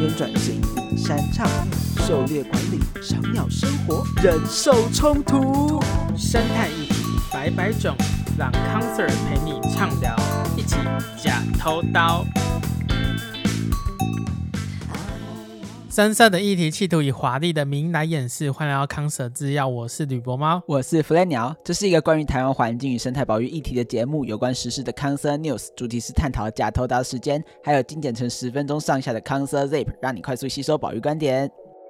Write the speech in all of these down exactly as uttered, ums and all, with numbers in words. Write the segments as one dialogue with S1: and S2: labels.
S1: 能源转型、林山倡议、狩猎管理、赏鸟生活、人兽冲突、
S2: 生态议题百百种，让康 Sir 陪你畅聊，一起假偷刀。深色的议题企图以华丽的名来掩饰，欢迎来到康 Sir 制药，我是吕伯猫，
S1: 我是弗雷鸟。这是一个关于台湾环境与生态保育议题的节目，有关时事的康 Sir News， 主题是探讨假偷刀时间，还有精简成十分钟上下的康 Sir Zip， 让你快速吸收保育观点。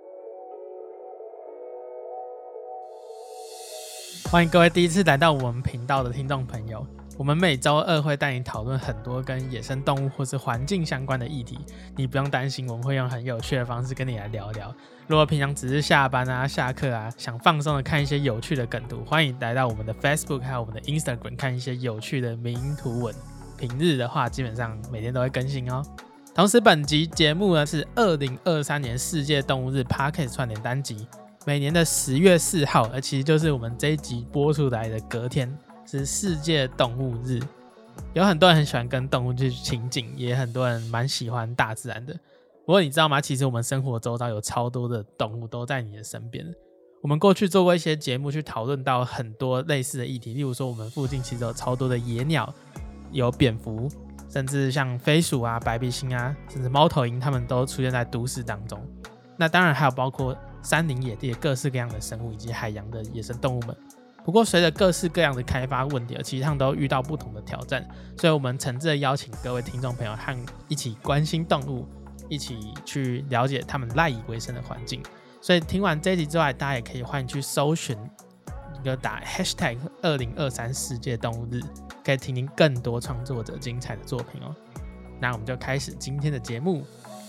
S2: 欢迎各位第一次来到我们频道的听众朋友，我们每周二会带你讨论很多跟野生动物或是环境相关的议题，你不用担心，我们会用很有趣的方式跟你来聊聊。如果平常只是下班啊、下课啊，想放松的看一些有趣的梗图，欢迎来到我们的 Facebook 还有我们的 Instagram 看一些有趣的名图文。平日的话，基本上每天都会更新哦。同时，本集节目呢是二零二三年世界动物日 Podcast 串联单集。每年的十月四号，而其实就是我们这一集播出来的隔天，是世界动物日。有很多人很喜欢跟动物去亲近，也很多人蛮喜欢大自然的。不过你知道吗？其实我们生活周遭有超多的动物都在你的身边。我们过去做过一些节目去讨论到很多类似的议题，例如说我们附近其实有超多的野鸟，有蝙蝠，甚至像飞鼠啊、白鼻星啊，甚至猫头鹰，它们都出现在都市当中。那当然还有包括山林野地的各式各样的生物，以及海洋的野生动物们。不过随着各式各样的开发问题，其实他们都遇到不同的挑战，所以我们诚挚的邀请各位听众朋友和一起关心动物，一起去了解他们赖以为生的环境。所以听完这一集之外，大家也可以欢迎去搜寻一个打 hashtag 二零二三世界动物日，可以听听更多创作者精彩的作品哦。那我们就开始今天的节目。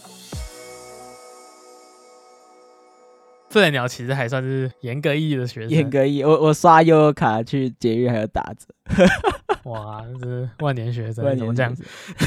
S2: 这鸟其实还算是严格意义的学生，
S1: 严格意义，我我刷悠游卡去捷运还有打折。
S2: 哇，这是万年学生，
S1: 万年
S2: 怎么这样？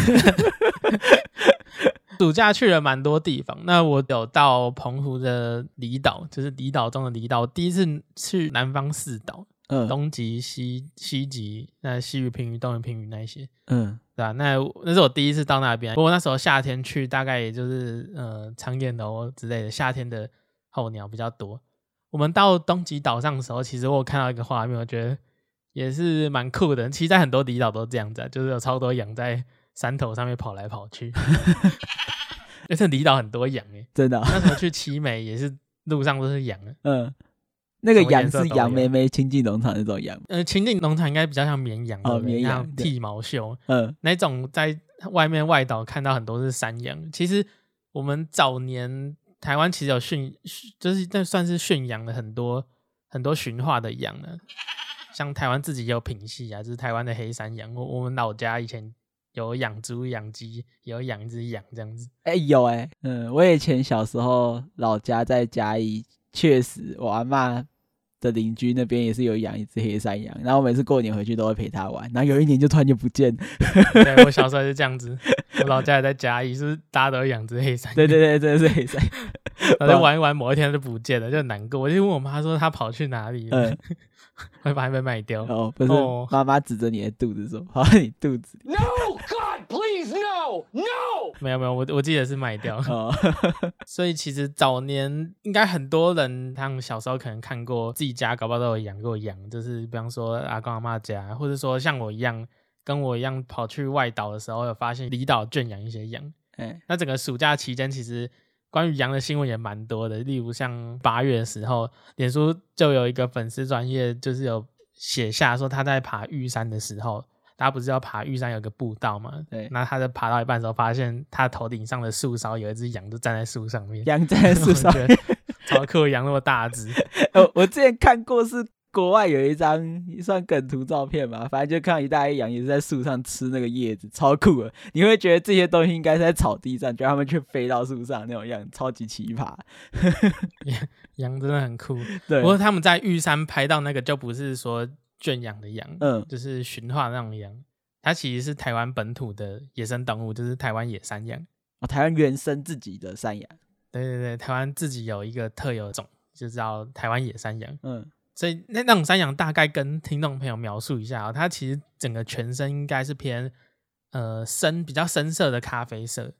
S2: 暑假去了蛮多地方，那我有到澎湖的离岛，就是离岛中的离岛。第一次去南方四岛，嗯，东极、西西极、那西屿平屿、东屿平屿那一些，嗯，对吧、啊？那那是我第一次到那边。不过那时候夏天去，大概也就是呃长眼楼之类的夏天的候鸟比较多。我们到东极岛上的时候，其实我有看到一个画面，我觉得也是蛮酷的。其实在很多离岛都这样子、啊，就是有超多羊在山头上面跑来跑去。而且离岛很多羊耶，
S1: 真的、哦。
S2: 那时候去七美也是路上都是羊。嗯，
S1: 那个羊是杨妹妹亲近农场那种羊。
S2: 呃，亲近农场应该比较像绵羊，
S1: 哦，绵羊
S2: 剃毛秀。嗯，那种在外面外岛看到很多是山羊。其实我们早年台湾其实有驯，就是那算是驯养了很多很多驯化的羊呢。像台湾自己也有品系啊，就是台湾的黑山羊。我我们老家以前有养猪、养鸡，也有养一只羊这样子。
S1: 哎、欸，有哎、欸，嗯，我以前小时候老家在嘉义，确实我阿嬷的邻居那边也是有养一只黑山羊，然后每次过年回去都会陪它玩，然后有一年就突然就不见了。
S2: 对，我小时候是这样子，我老家也在嘉义，是不是大家都养只黑山羊？
S1: 对对对，真的是黑山羊。
S2: 然后就玩一玩，某一天就不见了，就很难过。我就问我妈说她跑去哪里了，嗯，会把它被卖掉。
S1: 哦，不是，妈妈、哦、指着你的肚子说：“跑到你肚子里。”
S3: No God, please no no。
S2: 没有没有，我我记得是卖掉。哦、所以其实早年应该很多人，他们小时候可能看过自己家，搞不好都有养过羊，就是比方说阿公阿嬷家，或者说像我一样，跟我一样跑去外岛的时候，有发现离岛圈养一些羊。欸、那整个暑假期间，其实关于羊的新闻也蛮多的，例如像八月的时候，脸书就有一个粉丝专页，就是有写下说他在爬玉山的时候，大家不是要爬玉山有个步道嘛？对。那他在爬到一半的时候，发现他头顶上的树梢有一只羊就站在树上面，
S1: 羊站在树上面，
S2: 超酷，羊那么大只。
S1: 我我之前看过是国外有一张算梗图照片嘛，反正就看到一大堆羊也是在树上吃那个叶子，超酷的。你会觉得这些东西应该是在草地上，觉得他们却飞到树上那种样，超级奇葩。
S2: 羊真的很酷，对。不过他们在玉山拍到那个就不是说圈养的羊，嗯，就是驯化那种羊，它其实是台湾本土的野生动物，就是台湾野山羊。
S1: 哦，台湾原生自己的山羊。
S2: 对对对，台湾自己有一个特有种，就叫台湾野山羊。嗯。所以 那, 那种山羊大概跟听众朋友描述一下、哦、它其实整个全身应该是偏呃深比较深色的咖啡色，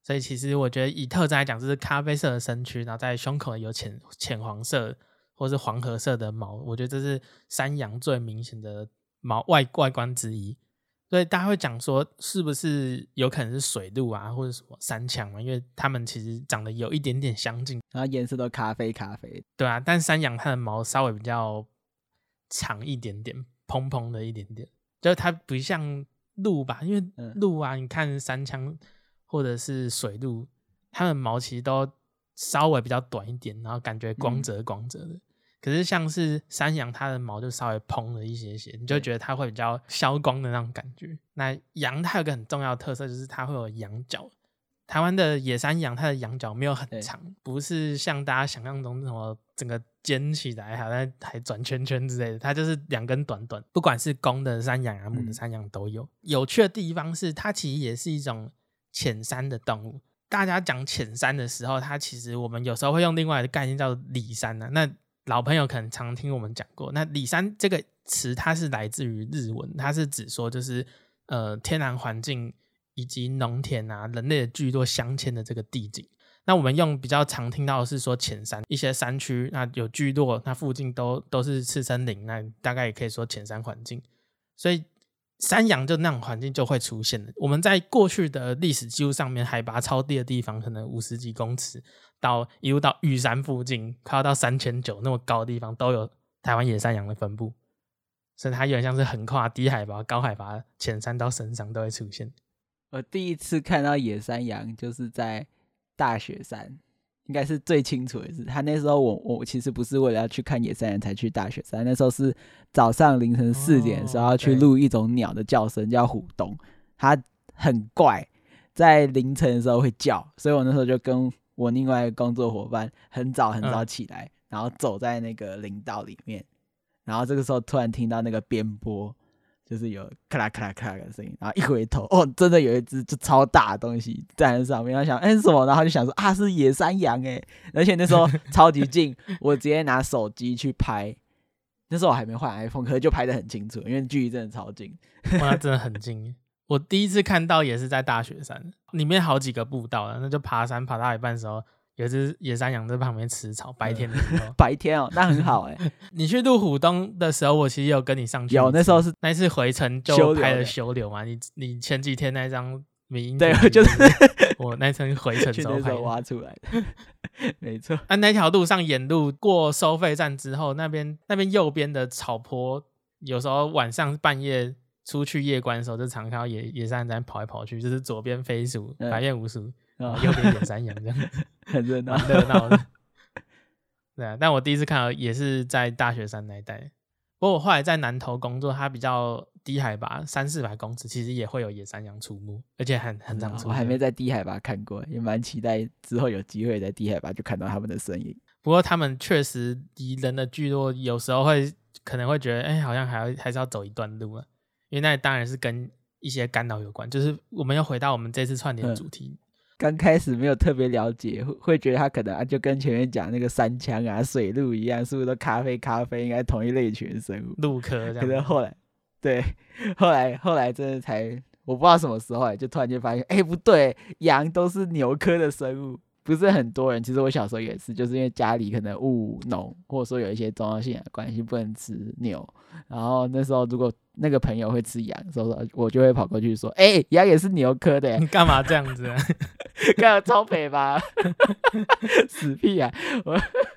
S2: 所以其实我觉得以特征来讲，就是咖啡色的身躯，然后在胸口有浅浅黄色或是黄褐色的毛，我觉得这是山羊最明显的毛外外观之一。所以大家会讲说是不是有可能是水鹿啊或者什么山羌嘛，因为它们其实长得有一点点相近，
S1: 然后颜色都咖啡咖啡，
S2: 对啊，但山羊它的毛稍微比较长一点点，蓬蓬的一点点，就是它不像鹿吧，因为鹿啊、嗯、你看山羌或者是水鹿，它们毛其实都稍微比较短一点，然后感觉光泽光泽的、嗯、可是像是山羊它的毛就稍微蓬了一些些，你就觉得它会比较消光的那种感觉。那羊它有个很重要的特色，就是它会有羊角。台湾的野山羊它的羊角没有很长，不是像大家想象中什么整个尖起来还在还转圈圈之类的，它就是两根短短，不管是公的山羊啊母的山羊都有、嗯、有趣的地方是它其实也是一种浅山的动物。大家讲浅山的时候，它其实我们有时候会用另外的概念叫里山啊，那老朋友可能常听我们讲过，那里山这个词它是来自于日文，它是指说就是呃天然环境以及农田啊人类的聚落镶嵌的这个地景。那我们用比较常听到的是说浅山，一些山区那有聚落，那附近都都是次生林，那大概也可以说浅山环境。所以山羊就那种环境就会出现了。我们在过去的历史记录上面，海拔超低的地方可能五十几公尺到一路到玉山附近快要到三千九那么高的地方都有台湾野山羊的分布，所以它有点像是横跨低海拔高海拔浅山到深山都会出现。
S1: 我第一次看到野山羊就是在大雪山，应该是最清楚的是他那时候我我其实不是为了要去看野山羊才去大雪山，那时候是早上凌晨四点的时候要去录一种鸟的叫声、哦、叫虎洞，它很怪，在凌晨的时候会叫，所以我那时候就跟我另外一个工作伙伴很早很早起来、嗯、然后走在那个林道里面，然后这个时候突然听到那个边波就是有咔啦咔啦咔啦的声音，然后一回头，哦，真的有一只就超大的东西站在上面，然后想，哎、欸，是什么？然后就想说，啊，是野山羊哎！而且那时候超级近，我直接拿手机去拍，那时候我还没换 iPhone， 可是就拍得很清楚，因为距离真的超近。
S2: 哇，真的很近。我第一次看到也是在大雪山，里面好几个步道了，那就爬山爬到一半的时候，有一只野山羊在旁边吃草，白天的时候。
S1: 白天哦，那很好哎、欸。
S2: 你去鹿虎洞的时候，我其实有跟你上去。
S1: 有，那时候是
S2: 那一次回程就拍了修流嘛。你你前几天那张迷因，
S1: 对，就是
S2: 我那次回程时候拍的，
S1: 挖出来的，没错。
S2: 啊，那条路上沿路过收费站之后，那边那边右边的草坡，有时候晚上半夜出去夜观的时候，就常看到野野山羊跑来跑去，就是左边飞鼠、嗯、白燕无鼠。哦、右边野山羊这样
S1: 很热闹，
S2: 蛮热闹的。对啊，但我第一次看到也是在大雪山那一带。不过我后来在南投工作，它比较低海拔，三四百公尺，其实也会有野山羊出没，而且很很常出现。
S1: 我还没在低海拔看过，也蛮期待之后有机会在低海拔就看到他们的身影。
S2: 不过他们确实离人的聚落有时候会可能会觉得，哎、欸，好像还要还是要走一段路啊，因为那当然是跟一些干扰有关。就是我们又回到我们这次串联主题。
S1: 嗯，刚开始没有特别了解，会觉得它可能、啊、就跟前面讲那个山羌啊、水鹿一样，是不是都咖啡咖啡，应该同一类群的生物？
S2: 鹿科这样。
S1: 可是后来，对，后来后来真的才，我不知道什么时候，就突然间发现，哎、欸，不对，羊都是牛科的生物。不是很多人，其实我小时候也是，就是因为家里可能务农，或者说有一些重要性的关系不能吃牛，然后那时候如果那个朋友会吃羊的时候，我就会跑过去说，哎、欸，羊也是牛科的。
S2: 你干嘛这样子啊？
S1: 干嘛超北吧？死屁啊！我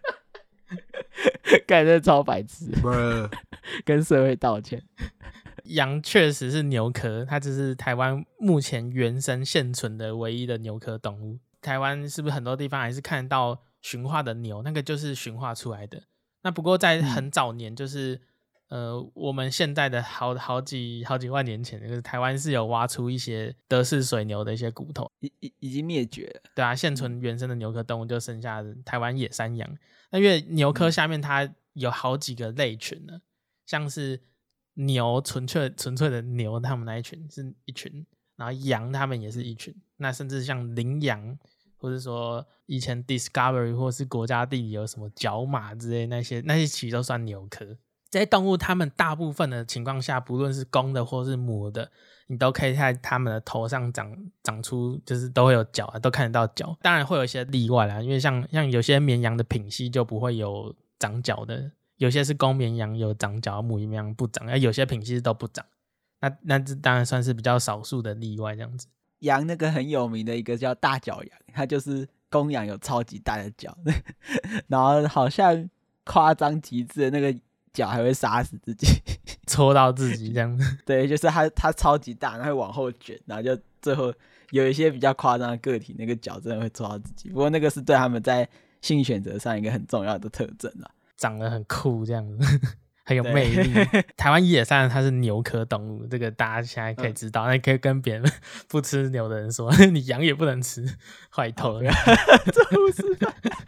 S1: 干这超白痴，跟社会道歉。
S2: 羊确实是牛科，它只是台湾目前原生现存的唯一的牛科动物。台湾是不是很多地方还是看得到驯化的牛？那个就是驯化出来的。那不过在很早年，就是、嗯、呃，我们现在的好好几好几万年前，就是台湾是有挖出一些德氏水牛的一些骨头，
S1: 已已已经灭绝了。
S2: 对啊，现存原生的牛科动物就剩下台湾野山羊。那因为牛科下面它有好几个类群呢，像是牛纯粹纯粹的牛，他们那一群是一群，然后羊他们也是一群，那甚至像羚羊。或者说以前 Discovery 或是国家地理有什么角马之类那些那些其实都算牛科。这些动物它们大部分的情况下，不论是公的或是母的， 你都可以在它们的头上长长出，就是都会有角啊，都看得到角。当然会有一些例外啦，因为像像有些绵羊的品系就不会有长角的，有些是公绵羊有长角，母绵羊不长，有些品系都不长。那那这当然算是比较少数的例外这样子。
S1: 羊那个很有名的一个叫大角羊，它就是公羊有超级大的角，然后好像夸张极致的那个脚还会杀死自己，
S2: 戳到自己这样子。
S1: 对，就是它它超级大，然后会往后卷，然后就最后有一些比较夸张的个体，那个脚真的会戳到自己。不过那个是对他们在性选择上一个很重要的特征啦，
S2: 长得很酷这样子。很有魅力。台湾野山它是牛科动物，这个大家现在可以知道。那、嗯、可以跟别人不吃牛的人说，你羊也不能吃，坏透了。
S1: 这不是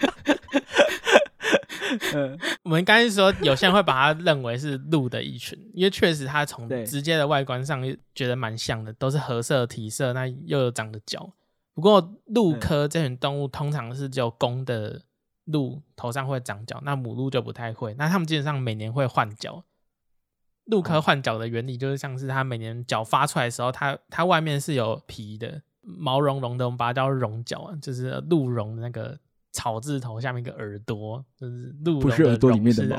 S2: 嗯、我们刚才说有些人会把它认为是鹿的一群，因为确实它从直接的外观上觉得蛮像的，都是褐色体色，那又有长的角。不过鹿科这群动物通常是只有公的鹿头上会长角，那母鹿就不太会。那他们基本上每年会换角。鹿科换角的原理就是像是它每年角发出来的时候，它它外面是有皮的，毛茸茸的，我们把它叫绒角啊，就是鹿茸的那个草字头下面一个耳朵，就是鹿茸的
S1: 不是耳朵里面的毛。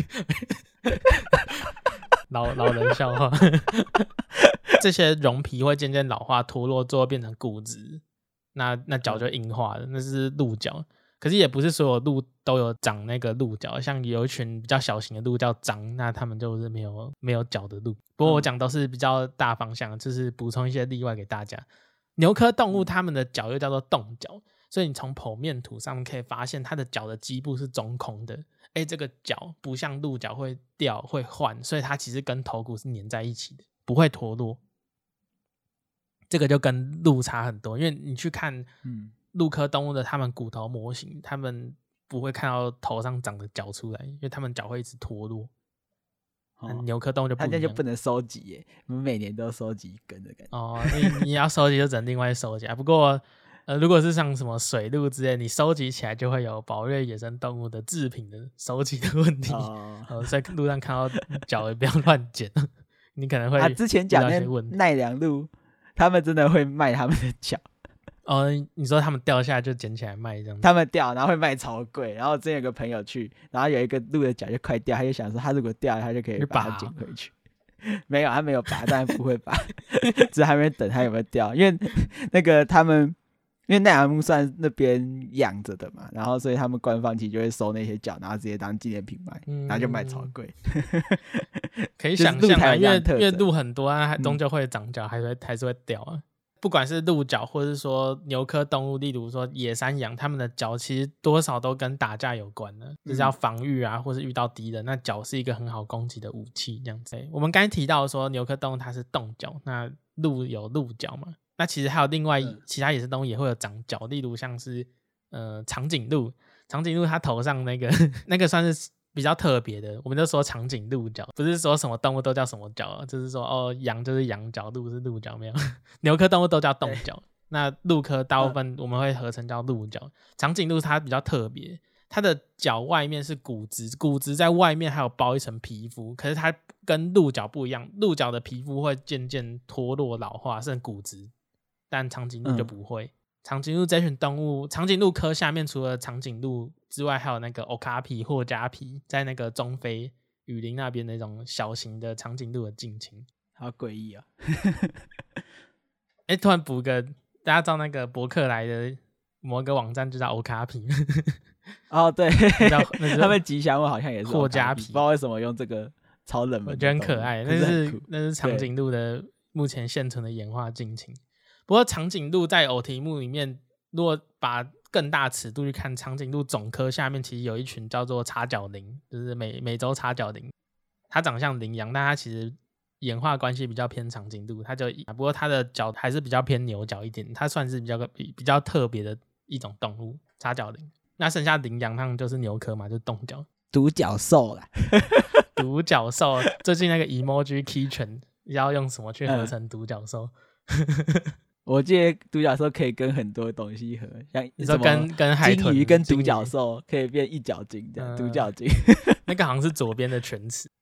S2: 老老人笑话。这些绒皮会渐渐老化脱落，最后变成骨质，那那角就硬化了，那是鹿角。可是也不是所有鹿都有长那个鹿角，像有一群比较小型的鹿叫獐，那他们就是没有没有角的鹿。不过我讲都是比较大方向，就是补充一些例外给大家。牛科动物它们的角又叫做动角，所以你从剖面图上面可以发现它的角的基部是中空的。哎，这个角不像鹿角会掉会换，所以它其实跟头骨是粘在一起的，不会脱落。这个就跟鹿差很多，因为你去看嗯。鹿科动物的他们骨头模型，他们不会看到头上长的角出来，因为他们角会一直脱落。哦、牛科动物就不一样，
S1: 他就不能收集耶，我们每年都收集一根的感觉。
S2: 哦，你你要收集就只能另外收集啊。不过，呃，如果是像什么水鹿之类，你收集起来就会有保育野生动物的制品的收集的问题。哦，呃、在路上看到角也不要乱捡，你可能会。他、啊、
S1: 之前讲那奈良鹿，他们真的会卖他们的角。
S2: 哦，你说他们掉下来就捡起来卖这样子？
S1: 他们掉，然后会卖超贵。然后之前有个朋友去，然后有一个鹿的脚就快掉，他就想说，他如果掉了，他就可以把它捡回去。没有，他没有拔，当然不会拔，只是还没等他有没有掉。因为那个他们，因为奈良木算那边养着的嘛，然后所以他们官方其实就会收那些脚，然后直接当纪念品卖，嗯、然后就卖超贵。
S2: 可以想象啊，因为因为鹿很多啊，终究会长角，还是会还是会掉啊。不管是鹿角或是说牛科动物，例如说野山羊，他们的角其实多少都跟打架有关的，就是要防御啊，或是遇到敌人，那角是一个很好攻击的武器这样子。我们刚才提到说牛科动物它是动角，那鹿有鹿角嘛，那其实还有另外其他野生动物也会有长角，例如像是呃长颈鹿，长颈鹿它头上那个那个算是比较特别的，我们就说长颈鹿角，不是说什么动物都叫什么角，就是说哦，羊就是羊角，鹿是鹿角，没有。牛科动物都叫动角，那鹿科大部分我们会合成叫鹿角。长颈鹿它比较特别，它的角外面是骨质，骨质在外面还有包一层皮肤，可是它跟鹿角不一样，鹿角的皮肤会渐渐脱落老化，剩骨质，但长颈鹿就不会。嗯，长颈鹿这群动物，长颈鹿科下面除了长颈鹿之外，还有那个欧卡皮、霍加皮，在那个中非雨林那边那种小型的长颈鹿的近亲，
S1: 好诡异啊！
S2: 哎，突然补个，大家知道那个博客来的某个网站就叫欧卡皮。
S1: 哦，对，他们吉祥物好像也是
S2: 霍加皮，
S1: 不知道为什么用这个超冷门的，
S2: 我觉得很可爱。那是那是长颈鹿的目前现存的演化近亲。不过长颈鹿在偶题目里面，如果把更大尺度去看，长颈鹿总科下面其实有一群叫做茶角羚，就是美美洲茶角羚，它长像羚羊，但它其实演化关系比较偏长颈鹿，它就不过它的脚还是比较偏牛角一点，它算是比较比比较特别的一种动物，茶角羚。那剩下羚羊它们就是牛科嘛，就是动角。
S1: 独角兽啦，
S2: 独角兽，最近那个 emoji key 圈要用什么去合成独角兽？
S1: 嗯我记得独角兽可以跟很多东西合，像
S2: 你说跟跟海豚、
S1: 金鱼跟独角兽可以变一角鲸这样，独角鲸。
S2: 那个好像是左边的犬齿。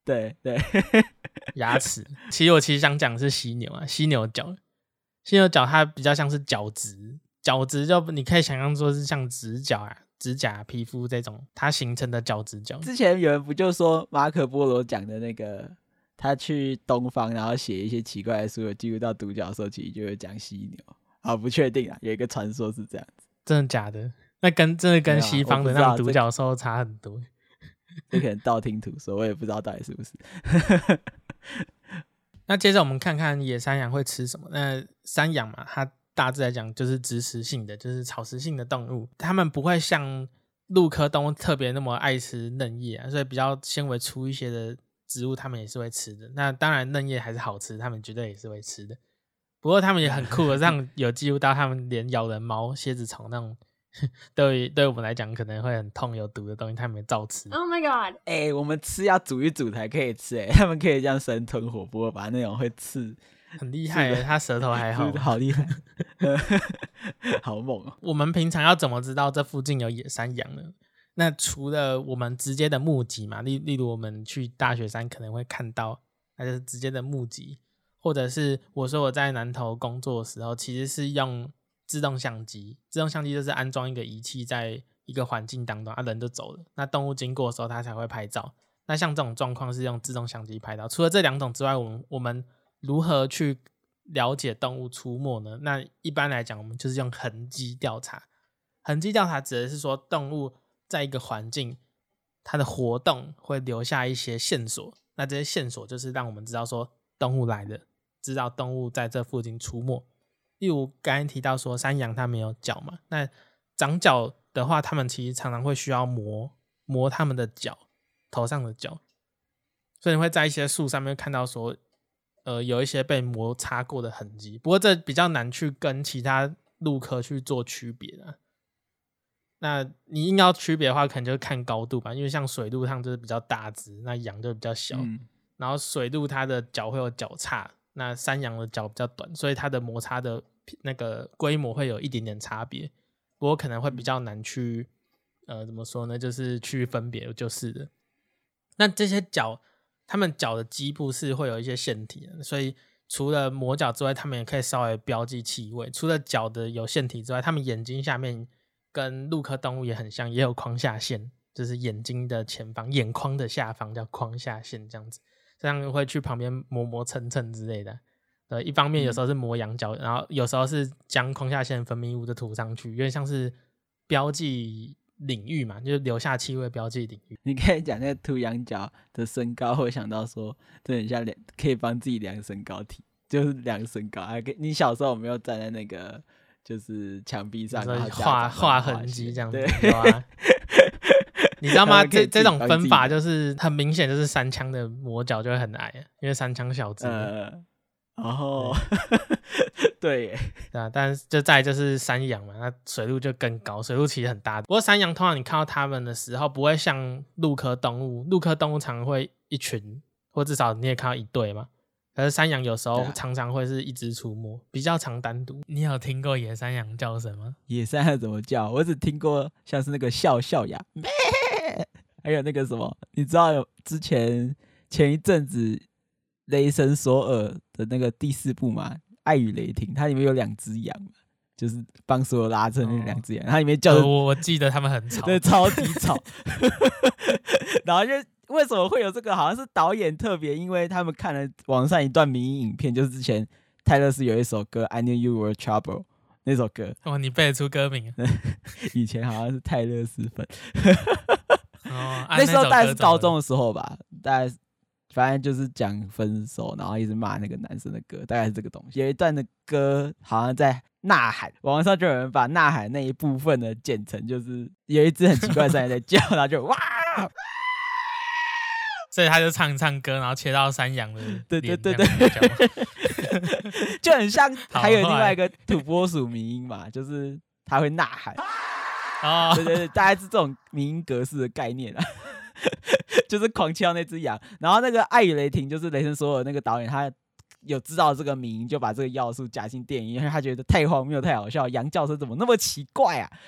S1: 对对，
S2: 牙齿。其实我其实想讲的是犀牛啊，犀牛角，犀牛角它比较像是角质，角质就你可以想象说是像指甲啊、指甲、皮肤这种它形成的角质角。
S1: 之前有人不就说马可波罗讲的那个，他去东方然后写一些奇怪的书，有记录到独角兽，其实就有讲犀牛。啊，不确定啊，有一个传说是这样子。
S2: 真的假的？那跟真的跟西方的那种独角兽差很多。
S1: 这可能道听途说，我也不知道到底是不是。
S2: 那接着我们看看野山羊会吃什么。那山羊嘛，它大致来讲就是植食性的，就是草食性的动物，它们不会像陆科动物特别那么爱吃嫩叶啊，所以比较纤维粗一些的植物它们也是会吃的。那当然嫩叶还是好吃，它们绝对也是会吃的。不过他们也很酷的，让有记录到他们连咬人猫、蝎子虫那种对对我们来讲可能会很痛有毒的东西，他们也照吃。
S4: Oh my god！
S1: 哎、欸，我们吃要煮一煮才可以吃、欸，哎，他们可以这样生吞活剥，把那种会刺，
S2: 很厉害耶，他舌头还好，
S1: 好厉害，好猛哦！
S2: 我们平常要怎么知道这附近有野山羊呢？那除了我们直接的目击嘛，例例如我们去大雪山可能会看到，那就是直接的目击。或者是我说我在南投工作的时候，其实是用自动相机，自动相机就是安装一个仪器在一个环境当中，啊人就走了，那动物经过的时候它才会拍照。那像这种状况是用自动相机拍到。除了这两种之外，我们我们如何去了解动物出没呢？那一般来讲，我们就是用痕迹调查。痕迹调查指的是说，动物在一个环境，它的活动会留下一些线索。那这些线索就是让我们知道说动物来了。知道动物在这附近出没，例如刚才提到说山羊它没有角嘛，那长角的话，它们其实常常会需要磨磨它们的角，头上的角，所以你会在一些树上面看到说，呃，有一些被摩擦过的痕迹。不过这比较难去跟其他陆科去做区别啦。那你硬要区别的话，可能就是看高度吧，因为像水鹿它们就是比较大只，那羊就比较小，嗯、然后水鹿它的脚会有角叉。那山羊的脚比较短，所以它的摩擦的那个规模会有一点点差别，不过可能会比较难去呃怎么说呢，就是去分别就是的。那这些脚，它们脚的基部是会有一些腺体的，所以除了磨脚之外，它们也可以稍微标记气味。除了脚的有腺体之外，它们眼睛下面跟陆科动物也很像，也有眶下腺，就是眼睛的前方，眼眶的下方叫眶下腺这样子。这样会去旁边磨磨蹭蹭之类的，对，一方面有时候是磨羊角，嗯、然后有时候是将眶下腺分泌物的涂上去，有点像是标记领域嘛，就是留下气味标记领域。
S1: 你可以讲那个涂羊角的身高，会想到说，这很像量，可以帮自己量身高体，就是量身高。还可以，你小时候有没有站在那个就是墙壁上，然后
S2: 画画痕迹这样子？
S1: 对，
S2: 有啊。你知道吗？这这种分法就是很明显，就是山羌的磨脚就会很矮，因为山羌小只。
S1: 呃，哦，对耶，
S2: 对啊，但是就再就是山羊嘛，那水鹿就更高，水鹿其实很大。不过山羊通常你看到它们的时候，不会像陆科动物，陆科动物常会一群，或至少你也看到一对嘛。可是山羊有时候常常会是一只出没，比较常单独。你有听过野山羊叫声吗？
S1: 野山羊怎么叫？我只听过像是那个笑笑羊。还有那个什么，你知道有之前前一阵子雷神索尔的那个第四部嘛，爱与雷霆，它里面有两只羊嘛，就是帮所有拉车那两只羊，它里面叫的、
S2: 呃、我我记得他们很吵，
S1: 对，超级吵。然后就为什么会有这个？好像是导演特别，因为他们看了网上一段迷因影片，就是之前泰勒斯有一首歌《I Knew You Were Trouble》那首歌。
S2: 哦，你背得出歌名？
S1: 以前好像是泰勒斯粉。
S2: 哦啊、
S1: 那时候大概是高中的时候吧，大概反正就是讲分手，然后一直骂那个男生的歌，大概是这个东西。有一段的歌好像在呐喊，网上就有人把呐喊那一部分的剪成，就是有一只很奇怪的山羊在叫，然后就哇，
S2: 所以他就唱唱歌，然后切到山羊的脸，
S1: 对对对对，就很像。还有另外一个土拨鼠迷因嘛，就是他会呐喊。哦，对对对，大概是这种迷因格式的概念啊，就是狂敲那只羊。然后那个爱与雷霆，就是雷神索尔那个导演，他有知道这个迷因，就把这个要素加进电影，因为他觉得太荒谬、太好笑，羊叫声怎么那么奇怪啊？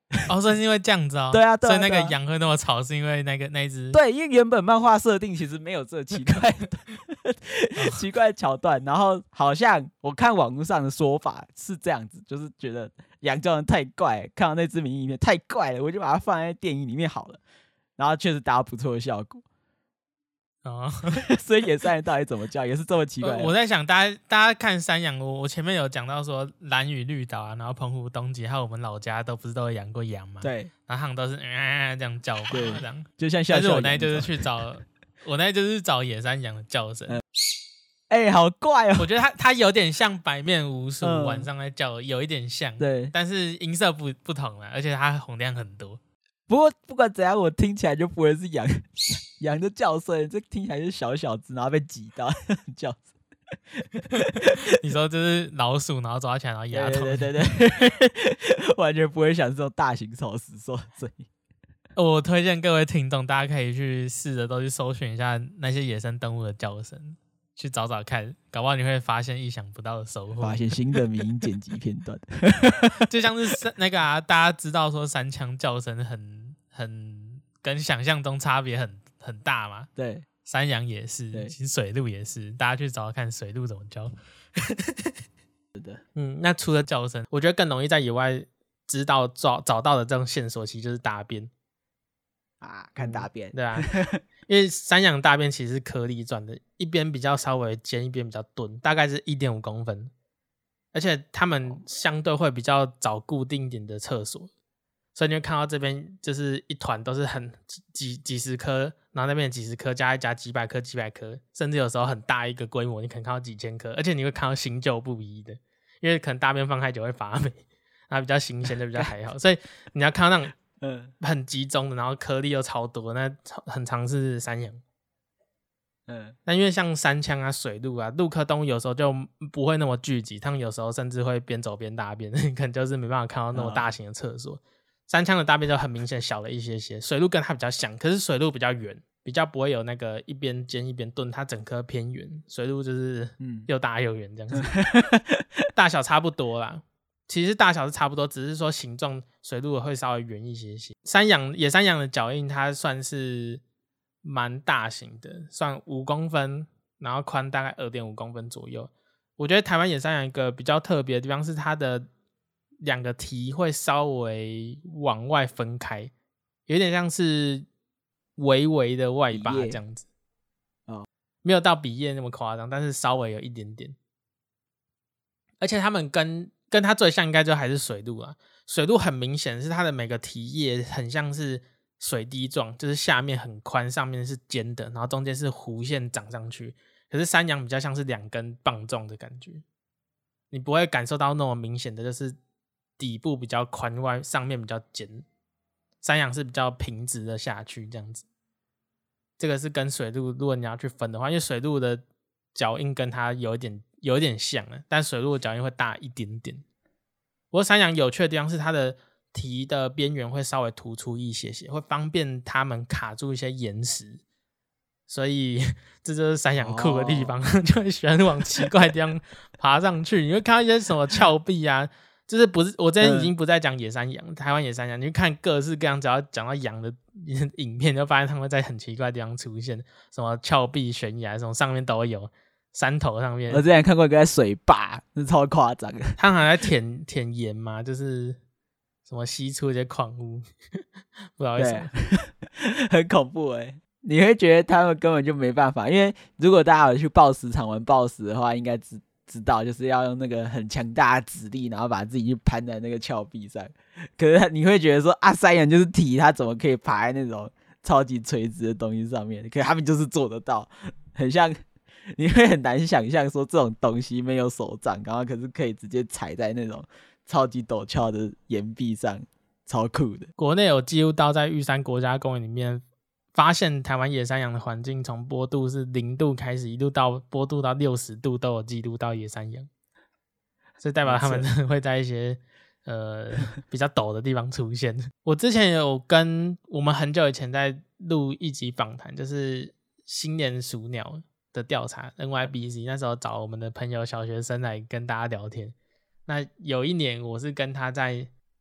S2: 哦，所以是因为这样子哦。
S1: 对啊，对啊，
S2: 所以那个
S1: 对啊
S2: 羊会那么吵，是因为那个那一只。
S1: 对，因为原本漫画设定其实没有这奇怪的奇怪的桥段，然后好像我看网络上的说法是这样子，就是觉得羊叫人太怪了，看到那支迷影片太怪了，我就把它放在电影里面好了，然后确实达到不错的效果。
S2: 哦，
S1: 所以野山羊到底怎么叫，也是这么奇怪的。
S2: 我在想，大家大家看山羊，我我前面有讲到说兰屿绿岛啊，然后澎湖、东极，还有我们老家都不是都有养过羊吗？
S1: 对，
S2: 然后他们都是、呃、这样叫嘛，
S1: 对
S2: 这样。
S1: 就像笑笑
S2: 但是我那天就是去找，我那天就是找野山羊的叫声。
S1: 嗯哎、欸，好怪哦！
S2: 我觉得它它有点像白面鼯鼠、
S1: 嗯、
S2: 晚上在叫，有一点像，
S1: 对，
S2: 但是音色不不同了，而且它洪亮很多。
S1: 不过不管怎样，我听起来就不会是羊羊的叫声，这听起来就是小小只，然后被挤到叫声。
S2: 你说就是老鼠，然后抓起来，然后压头，
S1: 对对对对，完全不会想这种大型草食兽的声音。
S2: 我推荐各位听众，大家可以去试着都去搜寻一下那些野生动物的叫声，去找找看，搞不好你会发现意想不到的收获，
S1: 发现新的迷因剪辑片段。
S2: 就像是那个啊，大家知道说山羌叫声很很跟想象中差别很很大嘛？
S1: 对，
S2: 山羊也是，
S1: 对
S2: 其实水鹿也是，大家去找找看水鹿怎么叫。
S1: 是的，
S2: 嗯，那除了叫声，我觉得更容易在野外知道找找到的这种线索，其实就是大便。
S1: 啊，看大便，
S2: 对啊，因为山羊大便其实是颗粒状的，一边比较稍微尖，一边比较钝，大概是 一点五公分，而且它们相对会比较找固定一点的厕所，所以你会看到这边就是一团都是很几几十颗，然后那边几十颗加一加几百颗几百颗，甚至有时候很大一个规模，你可能看到几千颗，而且你会看到新旧不一的，因为可能大便放太久会发霉，然后比较新鲜的比较还好，所以你要看到那种嗯，很集中的，然后颗粒又超多，那很常是山羊。嗯，那因为像山羌啊、水鹿啊、鹿科动物有时候就不会那么聚集，它们有时候甚至会边走边大便，可能就是没办法看到那么大型的厕所。哦、山羌的大便就很明显小了一些些，水鹿跟它比较像，可是水鹿比较圆，比较不会有那个一边尖一边钝，它整颗偏圆。水鹿就是又大又圆这样子，嗯、大小差不多啦。其实大小是差不多，只是说形状水鹿会稍微圆一些些。山羊野山羊的脚印它算是蛮大型的，算五公分，然后宽大概 二点五公分左右。我觉得台湾野山羊一个比较特别的地方是它的两个蹄会稍微往外分开，有点像是微微的外八这样子。哦，没有到比叶那么夸张，但是稍微有一点点。而且他们跟跟它最像应该就还是水鹿啊，水鹿很明显是它的每个蹄叶很像是水滴状，就是下面很宽，上面是尖的，然后中间是弧线长上去。可是山羊比较像是两根棒状的感觉，你不会感受到那么明显的，就是底部比较宽，外上面比较尖。山羊是比较平直的下去这样子。这个是跟水鹿，如果你要去分的话，因为水鹿的脚印跟它有一点。有一点像了，但水鹿的脚印会大一点点。不过山羊有趣的地方是它的蹄的边缘会稍微突出一些些，会方便它们卡住一些岩石，所以这就是山羊酷的地方，哦、就会喜欢往奇怪的地方爬上去。你会看到一些什么峭壁啊，就是不是我这边已经不再讲野山羊，嗯、台湾野山羊，你去看各式各样，只要讲到羊的影片，就发现它们会在很奇怪的地方出现，什么峭壁、悬崖，什么上面都有。山头上面，
S1: 我之前看过一个在水坝，那超夸张的。
S2: 他好像在舔舔盐嘛，就是什么吸出一些矿物，不知道为什么，
S1: 很恐怖哎、欸。你会觉得他们根本就没办法，因为如果大家有去抱石场玩抱石的话，应该知知道就是要用那个很强大的指力，然后把自己去攀在那个峭壁上。可是你会觉得说啊，山羊就是蹄，它怎么可以爬在那种超级垂直的东西上面？可是他们就是做得到，很像。你会很难想象说这种东西没有手掌，然后可是可以直接踩在那种超级陡峭的岩壁上，超酷的。
S2: 国内有记录到在玉山国家公园里面发现台湾野山羊的环境，从波度是零度开始，一路到波度到六十度都有记录到野山羊，所以代表他们会在一些呃比较陡的地方出现。我之前有跟我们很久以前在录一集访谈，就是新年数鸟的调查 N Y B C， 那时候找我们的朋友小学生来跟大家聊天。那有一年我是跟他在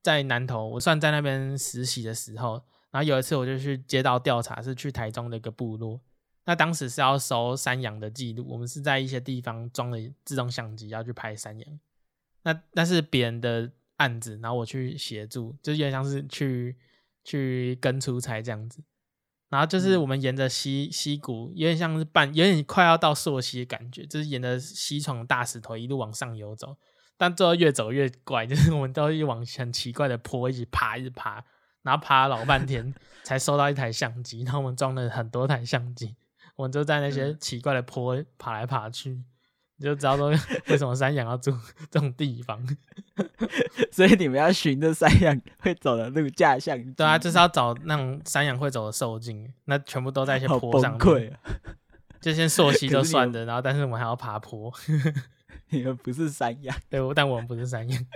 S2: 在南投，我算在那边实习的时候，然后有一次我就去街道调查，是去台中的一个部落。那当时是要收山羊的记录，我们是在一些地方装了自动相机要去拍山羊。那那是别人的案子，然后我去协助，就是有点像是去去跟出差这样子。然后就是我们沿着溪溪谷，有点像是半，有点快要到溯溪的感觉，就是沿着溪床大石头一路往上游走，但最后越走越怪，就是我们都一往很奇怪的坡一直爬，一直爬，然后爬了老半天才收到一台相机，然后我们装了很多台相机，我们就在那些奇怪的坡爬来爬去，你就知道说为什么山羊要住这种地方。
S1: 所以你们要循着山羊会走的路架相机。
S2: 对啊，就是要找那种山羊会走的兽径，那全部都在一些坡上面。
S1: 好崩溃啊！
S2: 就先溯溪就算了，然后但是我们还要爬坡。
S1: 你们不是山羊，
S2: 对，但我们不是山羊。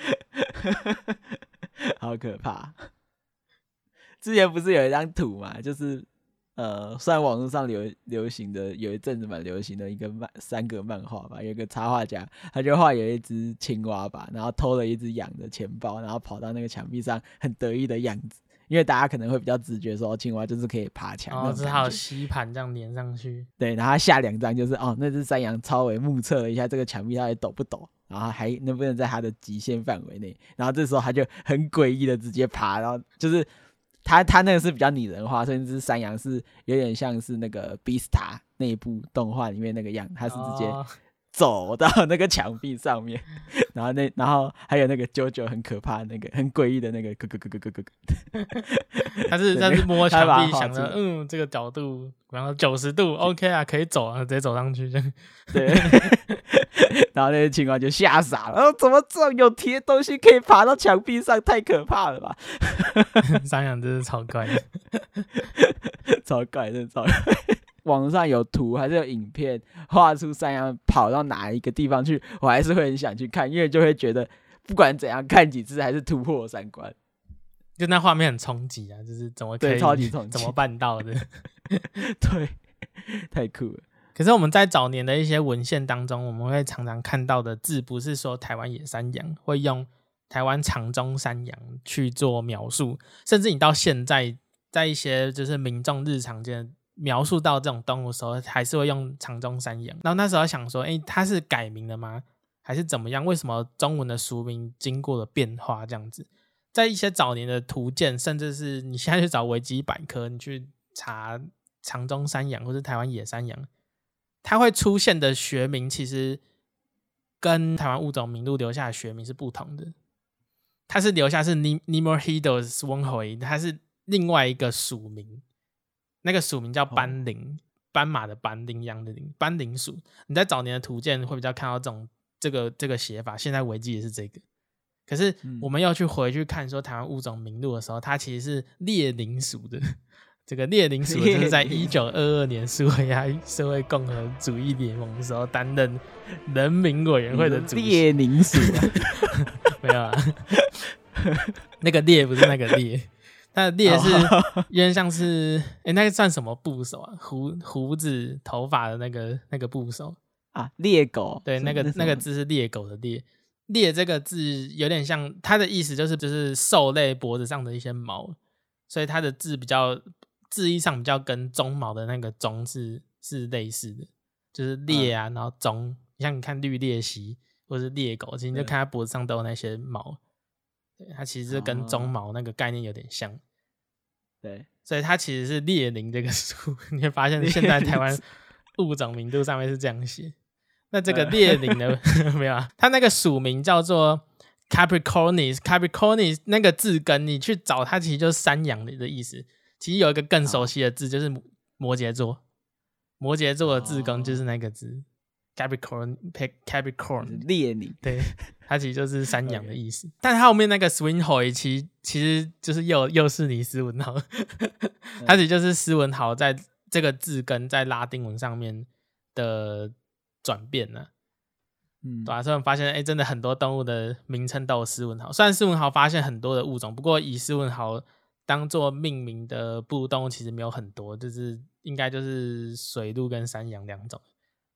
S1: 好可怕。之前不是有一张图嘛，就是呃，算网络上流流行的，有一阵子蛮流行的一个漫三个漫画吧，有一个插画家，他就画有一只青蛙吧，然后偷了一只羊的钱包，然后跑到那个墙壁上，很得意的样子。因为大家可能会比较直觉说，青蛙就是可以爬墙，
S2: 哦，只好吸盘这样连上去。
S1: 对，然后他下两张就是哦，那只山羊超微目测了一下这个墙壁到底陡不陡，然后还能不能在它的极限范围内，然后这时候他就很诡异的直接爬，然后就是他他那个是比较拟人化，所以那只山羊是有点像是那个 Beastars 那一部动画里面那个样，他是直接走到那个墙壁上面，然后那然后还有那个啾啾很可怕那个很诡异的那个咯咯咯咯咯咯咯，
S2: 他是他是摸墙壁想着嗯这个角度，然后九十度 OK 啊可以走啊，直接走上去这样。
S1: 对，然后那些青蛙就吓傻了，哦，怎么这种有贴东西可以爬到墙壁上，太可怕了吧！
S2: 山羊真是超怪的，
S1: 超怪，真的超怪。网络上有图还是有影片画出山羊跑到哪一个地方去，我还是会很想去看，因为就会觉得不管怎样看几次还是突破三观，
S2: 就那画面很冲击啊，就是怎么可以
S1: 对超级冲击，
S2: 怎么办到的？
S1: 对，太酷了。
S2: 可是我们在早年的一些文献当中，我们会常常看到的字，不是说台湾野山羊，会用台湾长鬃山羊去做描述，甚至你到现在，在一些就是民众日常间描述到这种动物的时候，还是会用长鬃山羊。然后那时候想说，哎，它是改名了吗？还是怎么样？为什么中文的俗名经过了变化？这样子，在一些早年的图鉴，甚至是你现在去找维基百科，你去查长鬃山羊或是台湾野山羊，它会出现的学名其实跟台湾物种名录留下的学名是不同的。它是留下是 Nimorhidos swonhui， 它是另外一个属名。那个属名叫斑羚，斑马的斑，羚羊的羚，斑羚属。你在早年的图鉴会比较看到这种这个这个写法，现在维基也是这个。可是我们要去回去看说台湾物种名录的时候，它其实是猎羚属的。这个猎羚属就是在一九二二年苏维埃社会共和主义联盟的时候担任人民委员会的主席。
S1: 猎羚属、啊、
S2: 没有啊，那个猎不是那个猎。它的猎是有点像是，哎、欸，那个算什么部首啊？胡胡子头发的那个那个部首
S1: 啊，猎狗。
S2: 对，那个那个字是猎狗的猎。猎这个字有点像，它的意思就是就是兽类脖子上的一些毛，所以它的字比较字义上比较跟鬃毛的那个鬃是是类似的，就是猎啊，嗯、然后鬃，像你看绿鬣蜥或是猎狗，其实你就看它脖子上都有那些毛。它其实跟鬃毛那个概念有点像，
S1: 对，
S2: 所以它其实是猎羚这个属，你会发现现在台湾物种名录上面是这样写。那这个猎羚呢，没有啊，它那个属名叫做 Capricornis，Capricornis 那个字根你去找它，其实就是山羊的意思。其实有一个更熟悉的字，就是摩羯座，摩羯座的字根就是那个字。Capricorn Capricorn
S1: 猎羚，
S2: 对，它其实就是山羊的意思。但它后面那个 swinhoy 其实其实就是又又是你斯文豪，它其实就是斯文豪在这个字根在拉丁文上面的转变呢、啊。嗯，对啊，所以我们发现，哎，真的很多动物的名称都有斯文豪。虽然斯文豪发现很多的物种，不过以斯文豪当做命名的哺乳动物其实没有很多，就是应该就是水鹿跟山羊两种。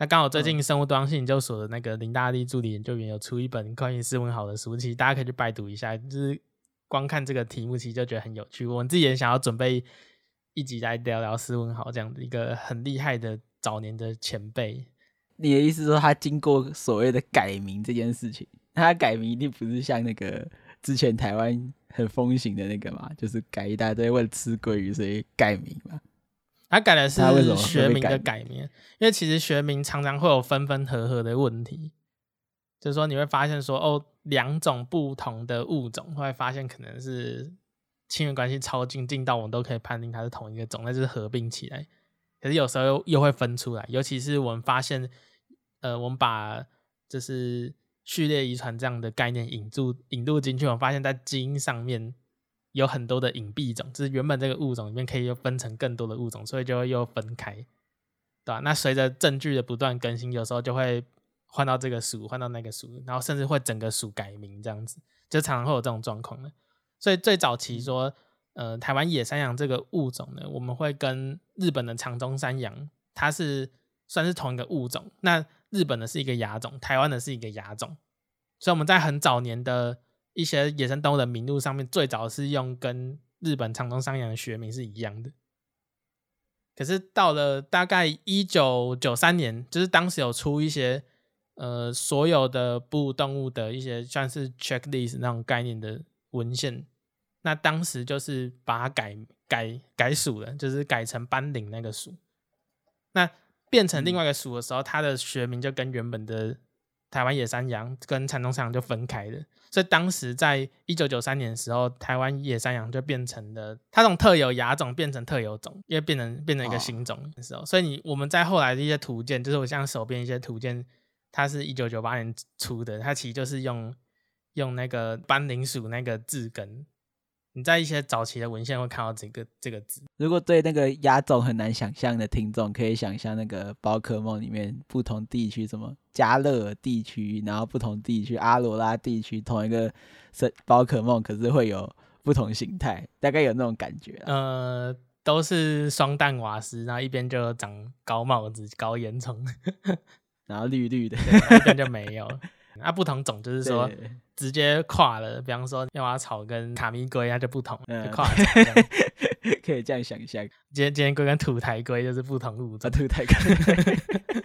S2: 那刚好最近生物多样性研究所的那个林大力助理研究员有出一本关于斯文豪的书，其实大家可以去拜读一下，就是光看这个题目其实就觉得很有趣。我们自己也想要准备一集来聊聊斯文豪这样的一个很厉害的早年的前辈。
S1: 你的意思说他经过所谓的改名这件事情，他改名一定不是像那个之前台湾很风行的那个嘛，就是改一大堆为了吃鲑鱼所以改名嘛。
S2: 他改的是学名的改名，因为其实学名常常会有分分合合的问题，就是说你会发现说哦，两种不同的物种，会发现可能是亲缘关系超近，近到我们都可以判定它是同一个种，那就是合并起来。可是有时候 又, 又会分出来，尤其是我们发现，呃，我们把就是序列遗传这样的概念引入引入进去，我们发现在基因上面有很多的隐蔽种，就是原本这个物种里面可以又分成更多的物种，所以就会又分开，对吧？那随着证据的不断更新，有时候就会换到这个属，换到那个属，然后甚至会整个属改名这样子，就常常会有这种状况的。所以最早期说，呃，台湾野山羊这个物种呢，我们会跟日本的长鬃山羊，它是算是同一个物种。那日本的是一个亚种，台湾的是一个亚种，所以我们在很早年的一些野生动物的名录上面，最早是用跟日本长鬃山羊的学名是一样的。可是到了大概一九九三年，就是当时有出一些呃所有的哺乳动物的一些像是 checklist 那种概念的文献，那当时就是把它改改改属了，就是改成斑羚那个属。那变成另外一个属的时候，它的学名就跟原本的台湾野山羊跟长鬃山羊就分开了。所以当时在一九九三年的时候，台湾野山羊就变成了它从特有亚种变成特有种，因为变成变成一个新种的时候，所以你我们在后来的一些图鉴，就是我像手边一些图鉴，它是一九九八年出的，它其实就是用用那个斑羚属那个字根。你在一些早期的文献会看到这个这个字。
S1: 如果对那个亚种很难想象的听众，可以想象那个宝可梦里面不同地区，什么加勒尔地区，然后不同地区阿罗拉地区，同一个宝可梦可是会有不同形态，大概有那种感觉。
S2: 呃，都是双蛋瓦斯，然后一边就长高帽子、高烟囱，
S1: 然后绿绿的，
S2: 一边就没有。那、啊、不同种就是说直接跨了，比方说亚麻草跟卡咪龟它就不同了，嗯、就跨了这样
S1: 可以这样想象。
S2: 今天今天龟跟土台龟就是不同物种，
S1: 啊、土台龟。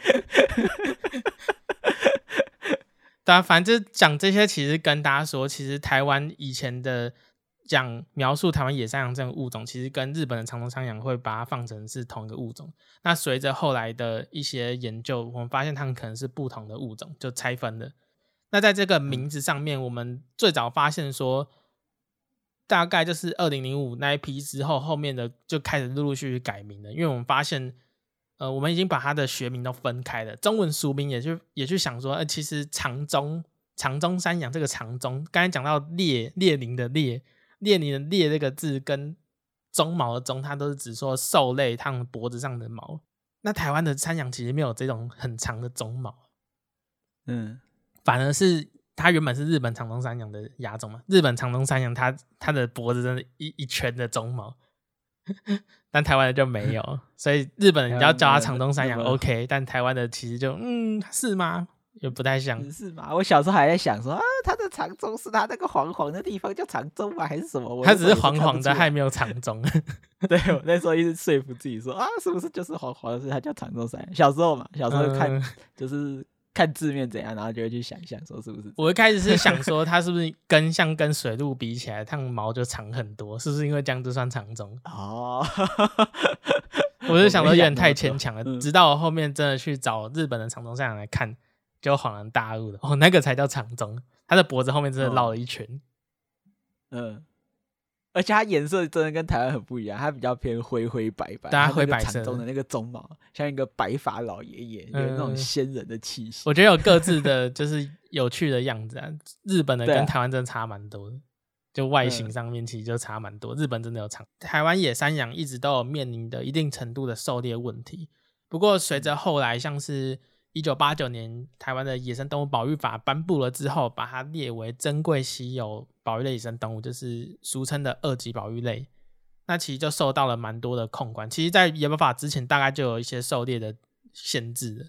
S2: 对啊，反正讲这些其实跟大家说，其实台湾以前的讲描述台湾野山羊这个物种，其实跟日本的长鬃山羊会把它放成是同一个物种。那随着后来的一些研究，我们发现它们可能是不同的物种，就拆分了。那在这个名字上面，我们最早发现说，大概就是二零零五那一批之后，后面的就开始陆陆续续改名了，因为我们发现，呃，我们已经把它的学名都分开了，中文俗名也去也去想说，呃，其实长鬃长鬃山羊这个长鬃，刚才讲到猎猎羚的猎猎羚的猎这个字跟鬃毛的鬃，它都是指说兽类它们脖子上的毛。那台湾的山羊其实没有这种很长的鬃毛，嗯。反而是它原本是日本长鬃山羊的亚种嘛，日本长鬃山羊它它的脖子真的一一圈的鬃毛，但台湾的就没有，所以日本人要叫它长鬃山羊 OK， 但台湾的其实就嗯是吗？也不太像
S1: 是吗？我小时候还在想说啊，它的长鬃是它那个黄黄的地方叫长鬃吗？还是什么？
S2: 它只是黄黄的，还没有长鬃。
S1: 对，我那时候一直说服自己说啊，是不是就是黄黄的，所以它叫长鬃山羊？小时候嘛，小时候看、嗯、就是。看字面怎样，然后就会去想象说是不是。
S2: 我一开始是想说，它是不是跟像跟水鹿比起来，它毛就长很多，是不是因为这样就算长鬃？哦，我就想说有点太牵强了。嗯、直到我后面真的去找日本的长鬃山羊来看，就恍然大悟了。哦，那个才叫长鬃，它的脖子后面真的绕了一圈。哦、嗯。
S1: 而且它颜色真的跟台湾很不一样，它比较偏灰灰白白，
S2: 大家灰白色
S1: 的那个鬃毛像一个白发老爷爷，嗯、有那种仙人的气息。
S2: 我觉得有各自的就是有趣的样子啊，日本的跟台湾真的差蛮多的，就外形上面其实就差蛮多。日本真的有长，台湾野山羊一直都有面临的一定程度的狩猎问题，不过随着后来像是一九八九年台湾的野生动物保育法颁布了之后，把它列为珍贵稀有保育类野生动物，就是俗称的二级保育类，那其实就受到了蛮多的控管。其实在野保法之前大概就有一些狩猎的限制的，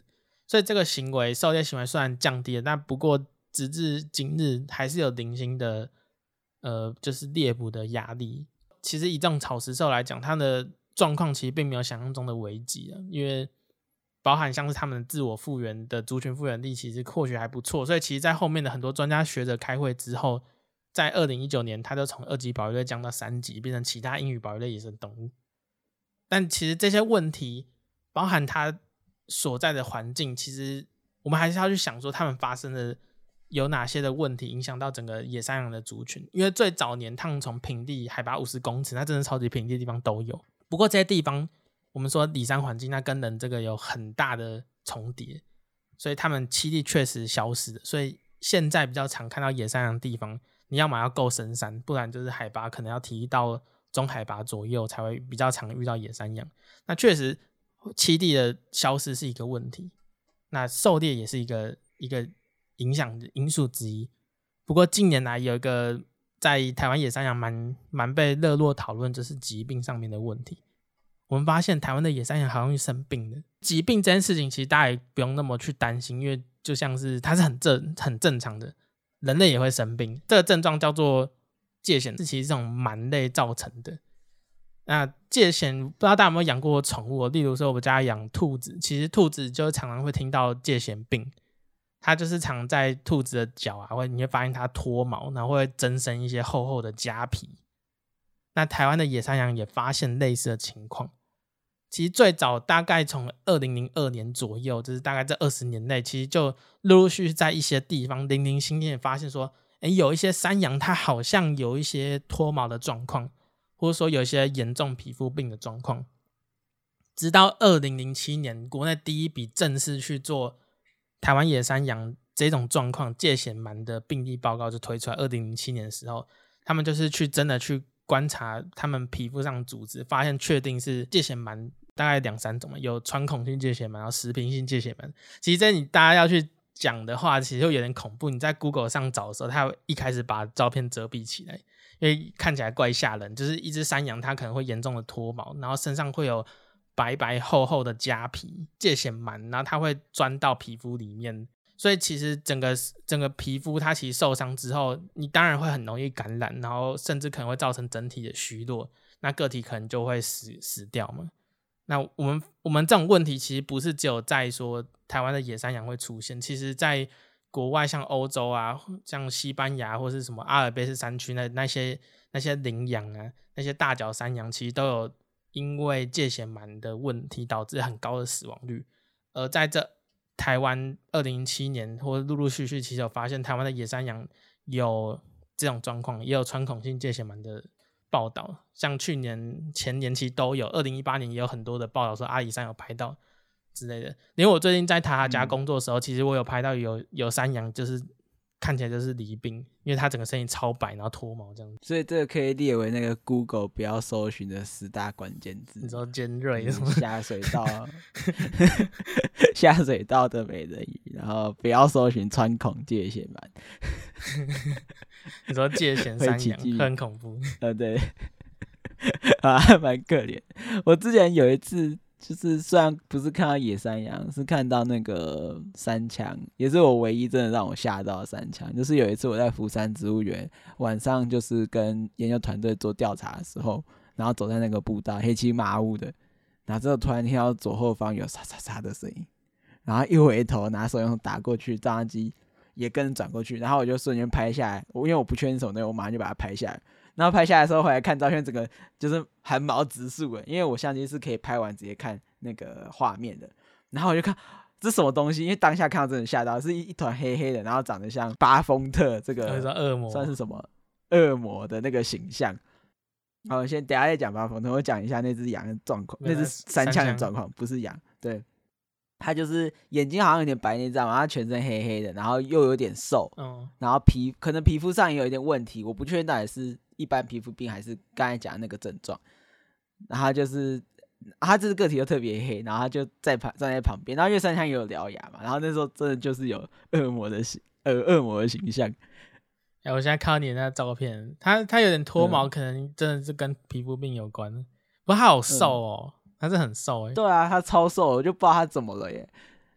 S2: 所以这个行为狩猎行为虽然降低了，但不过直至今日还是有零星的呃，就是猎捕的压力。其实以这种草食兽来讲，它的状况其实并没有想象中的危急了，因为包含像是他们的自我复原的族群复原力其实或许还不错，所以其实在后面的很多专家学者开会之后，在二零一九年它就从二级保育类降到三级，变成其他英语保育类野生动物。但其实这些问题包含它所在的环境，其实我们还是要去想说他们发生的有哪些的问题影响到整个野山羊的族群。因为最早年他们从平地海拔五十公尺，那真的超级平地的地方都有，不过这些地方我们说里山环境那跟人这个有很大的重叠，所以他们栖地确实消失了。所以现在比较常看到野山羊的地方，你要么要够深山，不然就是海拔可能要提到中海拔左右才会比较常遇到野山羊。那确实栖地的消失是一个问题，那狩猎也是一个一个影响的因素之一。不过近年来有一个在台湾野山羊蛮蛮被热络讨论，就是疾病上面的问题。我们发现台湾的野山羊好容易生病的，疾病这件事情其实大家也不用那么去担心，因为就像是它是很正很正常的，人类也会生病。这个症状叫做疥癣，是其实这种螨类造成的。那疥癣不知道大家有没有养过宠物，例如说我们家养兔子，其实兔子就常常会听到疥癣病，它就是常在兔子的脚啊，会你会发现它脱毛，然后会增生一些厚厚的痂皮。那台湾的野山羊也发现类似的情况。其实最早大概从二零零二年左右，就是大概这二十年内，其实就陆陆续续在一些地方零零星星发现说，诶，有一些山羊它好像有一些脱毛的状况，或者说有一些严重皮肤病的状况。直到二零零七年，国内第一笔正式去做台湾野山羊这种状况疥癣螨的病例报告就推出来。二零零七年的时候，他们就是去真的去观察他们皮肤上的组织，发现确定是疥癣螨，大概两三种，有穿孔性疥癣螨，然后食品性疥癣螨。其实这你大家要去讲的话，其实有点恐怖。你在 Google 上找的时候，它一开始把照片遮蔽起来，因为看起来怪吓人。就是一只山羊，它可能会严重的脱毛，然后身上会有白白厚厚的痂皮、疥癣螨，然后它会钻到皮肤里面。所以其实整个整个皮肤它其实受伤之后，你当然会很容易感染，然后甚至可能会造成整体的虚弱，那个体可能就会死死掉嘛。那我们我们这种问题其实不是只有在说台湾的野山羊会出现，其实在国外像欧洲啊，像西班牙或是什么阿尔卑斯山区那那些那些羚羊啊，那些大角山羊，其实都有因为疥癣螨的问题导致很高的死亡率。而在这台湾二零零七年或陆陆续续其实有发现台湾的野山羊有这种状况，也有穿孔性疥癣螨的报道，像去年前年其实都有，二零一八年也有很多的报道说阿里山有拍到之类的。连我最近在塔塔家工作的时候、嗯、其实我有拍到有有山羊就是看起来就是离病，因为它整个身体超白然后脱毛这样子。
S1: 所以这个可以列为那个 Google 不要搜寻的十大关键字。
S2: 你说尖锐什么
S1: 下水道下水道的美人鱼，然后不要搜寻穿孔疥癣螨。
S2: 你说疥癣山羊很恐怖。
S1: 呃对啊，还蛮可怜。我之前有一次就是虽然不是看到野山羊，是看到那个山羌，也是我唯一真的让我吓到的山羌。就是有一次我在福山植物园晚上就是跟研究团队做调查的时候，然后走在那个步道黑漆麻乌的，然后之后突然听到左后方有沙沙沙的声音，然后一回头拿手电筒打过去，照相机也跟着转过去，然后我就瞬间拍下来，我因为我不确定什么东西，我马上就把它拍下来。然后拍下来的时候回来看照片，整个就是汗毛直竖了，因为我相机是可以拍完直接看那个画面的。然后我就看这是什么东西，因为当下看到真的吓到，是一一团黑黑的，然后长得像巴丰特这个
S2: 恶魔，算
S1: 是什么恶魔的那个形象。好，先等一下再讲巴丰特，我讲一下那只羊的状况，那只山羌的状况，不是羊，对。他就是眼睛好像有点白内障嘛，他全身黑黑的，然后又有点瘦，嗯、然后皮可能皮肤上也有一点问题，我不确定到底是一般皮肤病还是刚才讲的那个症状。然后他就是他这只个体又特别黑，然后他就在旁站在旁边，然后因为山羌也有獠牙嘛，然后那时候真的就是有恶魔的形呃恶魔的形象。
S2: 哎，我现在看到你的那照片，他他有点脱毛、嗯，可能真的是跟皮肤病有关。不过他好瘦哦。嗯他是很瘦欸。
S1: 对啊，他超瘦，我就不知道他怎么了耶。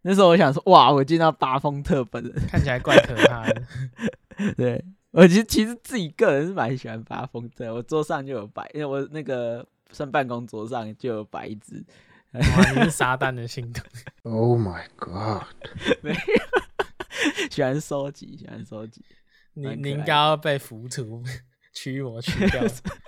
S1: 那时候我想说，哇，我见到巴丰特本人，
S2: 看起来怪可怕的。
S1: 对，我其实其实自己个人是蛮喜欢巴丰特，我桌上就有摆，因为我那个算办公桌上就有摆一只。
S2: 哇，你是撒旦的信徒。
S3: Oh my god！
S1: 没有，喜欢收集，喜欢收集。
S2: 你你应该要被浮除、驱魔去掉。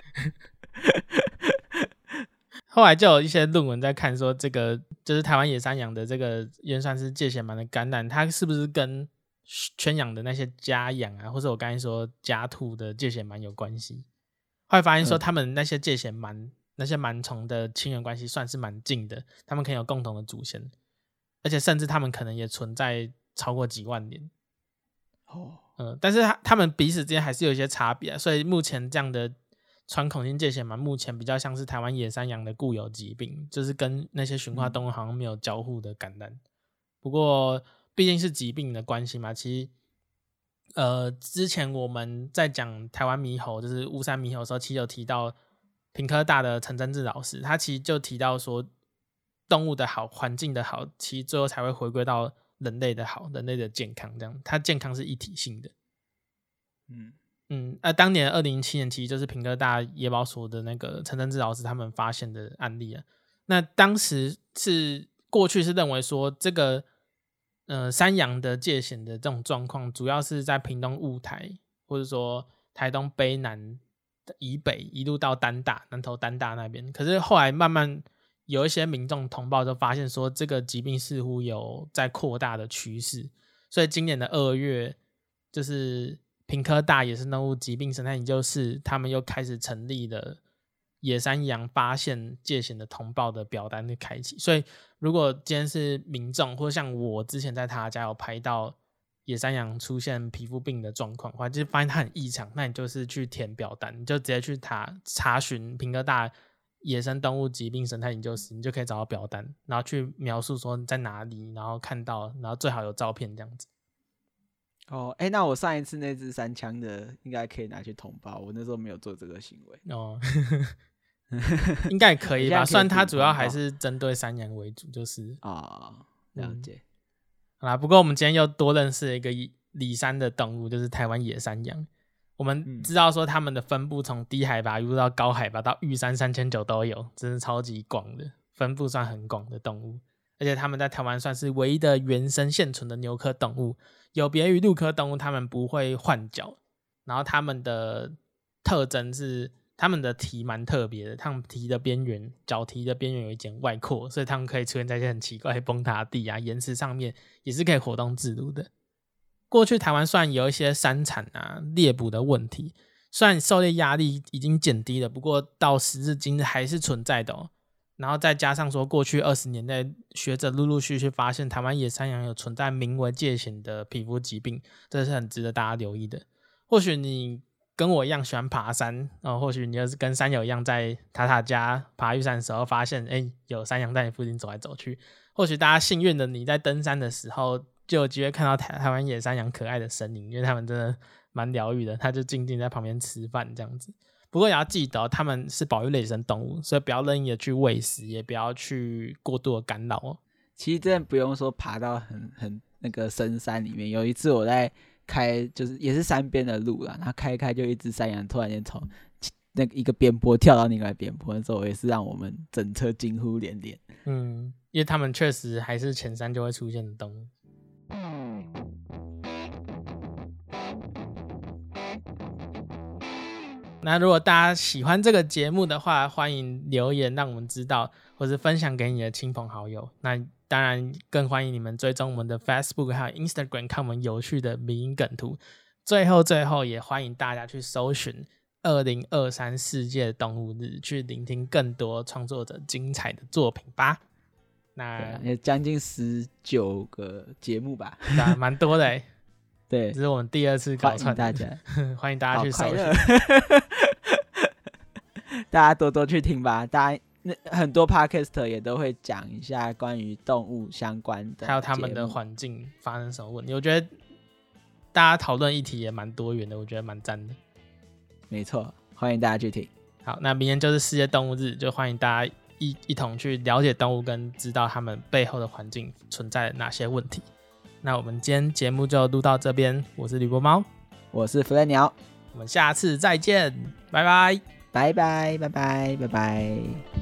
S2: 后来就有一些论文在看说，这个就是台湾野山羊的这个也算是疥藓螨的感染，它是不是跟圈养的那些家养啊，或者我刚才说家兔的疥藓螨有关系？后来发现说，他们那些疥藓螨、那些螨虫的亲缘关系算是蛮近的，他们可以有共同的祖先，而且甚至他们可能也存在超过几万年。
S1: 哦，
S2: 嗯，但是他他们彼此之间还是有一些差别、啊，所以目前这样的穿孔性疥藓螨目前比较像是台湾野山羊的固有疾病，就是跟那些驯化动物好像没有交互的感染。不过毕竟是疾病的关系嘛，其实呃之前我们在讲台湾猕猴，就是乌山猕猴的时候，其实有提到屏科大的陈真志老师，他其实就提到说，动物的好，环境的好，其实最后才会回归到人类的好，人类的健康，这样，它健康是一体性的。
S1: 嗯
S2: 嗯，呃，当年二零零七年其实就是屏科大野保所的那个陈真志老师他们发现的案例啊。那当时是过去是认为说这个呃山羊的疥藓的这种状况，主要是在屏东雾台或者说台东卑南以北一路到丹大南投丹大那边，可是后来慢慢有一些民众同胞就发现说，这个疾病似乎有在扩大的趋势，所以今年的二月，就是屏科大野生动物疾病生态研究室，他们又开始成立了野山羊发现疥藓的同胞的表单的开启。所以，如果今天是民众，或像我之前在他家有拍到野山羊出现皮肤病的状况的话，就是发现它很异常，那你就是去填表单，你就直接去查查询屏科大野生动物疾病生态研究室，你就可以找到表单，然后去描述说你在哪里，然后看到，然后最好有照片这样子。
S1: 哦，哎、欸，那我上一次那只三枪的应该可以拿去通报，我那时候没有做这个行为。
S2: 哦，应该也可以吧？
S1: 可以
S2: 虽然它主要还是针对山羊为主，就是
S1: 啊、哦，了解、嗯。
S2: 好啦，不过我们今天又多认识了一个里山的动物，就是台湾野山羊。我们知道说它们的分布从低海拔一路到高海拔到玉山三千九都有，真是超级广的，分布算很广的动物。而且它们在台湾算是唯一的原生现存的牛科动物，有别于陆科动物，它们不会换角，然后它们的特征是它们的蹄蛮特别的，它们蹄的边缘，脚蹄的边缘有一点外扩，所以它们可以出现在一些很奇怪的崩塌地啊、岩石上面，也是可以活动自如的。过去台湾虽然有一些山产啊、猎捕的问题，虽然狩猎压力已经减低了，不过到时至今日还是存在的哦。然后再加上说，过去二十年内，学者陆陆续续发现台湾野山羊有存在名为疥藓的皮肤疾病，这是很值得大家留意的。或许你跟我一样喜欢爬山，哦、或许你就是跟山友一样在塔塔家爬玉山的时候发现，哎，有山羊在你附近走来走去。或许大家幸运的你在登山的时候就有机会看到台台湾野山羊可爱的身影，因为他们真的蛮疗愈的，他就静静在旁边吃饭这样子。不过也要记得、哦，他们是保育类野生动物，所以不要任意的去喂食，也不要去过度的干扰哦。
S1: 其实真的不用说爬到很很那个深山里面。有一次我在开，就是也是山边的路啦，然后开一开就一只山羊突然间从那个一个边坡跳到另外边坡，那时候也是让我们整车惊呼连连。
S2: 嗯，因为他们确实还是前山就会出现的动物。那如果大家喜欢这个节目的话，欢迎留言让我们知道，或是分享给你的亲朋好友。那当然更欢迎你们追踪我们的 Facebook 还有 Instagram 看我们有趣的迷因梗图。最后最后也欢迎大家去搜寻二零二三世界动物日，去聆听更多创作者精彩的作品吧。那
S1: 也将近十九个节目吧，
S2: 对啊，蛮多的欸。
S1: 对，
S2: 这是我们第二次搞串，
S1: 欢迎大家，
S2: 欢迎大家去搜寻，
S1: 大家多多去听吧。大家很多 podcast 也都会讲一下关于动物相关的，
S2: 还有他们的环境发生什么问题。我觉得大家讨论议题也蛮多元的，我觉得蛮赞的。
S1: 没错，欢迎大家去听。
S2: 好，那明天就是世界动物日，就欢迎大家一一同去了解动物，跟知道它们背后的环境存在哪些问题。那我们今天节目就录到这边，我是吕波猫，
S1: 我是弗雷鸟，
S2: 我们下次再见，拜拜，
S1: 拜拜拜拜拜拜。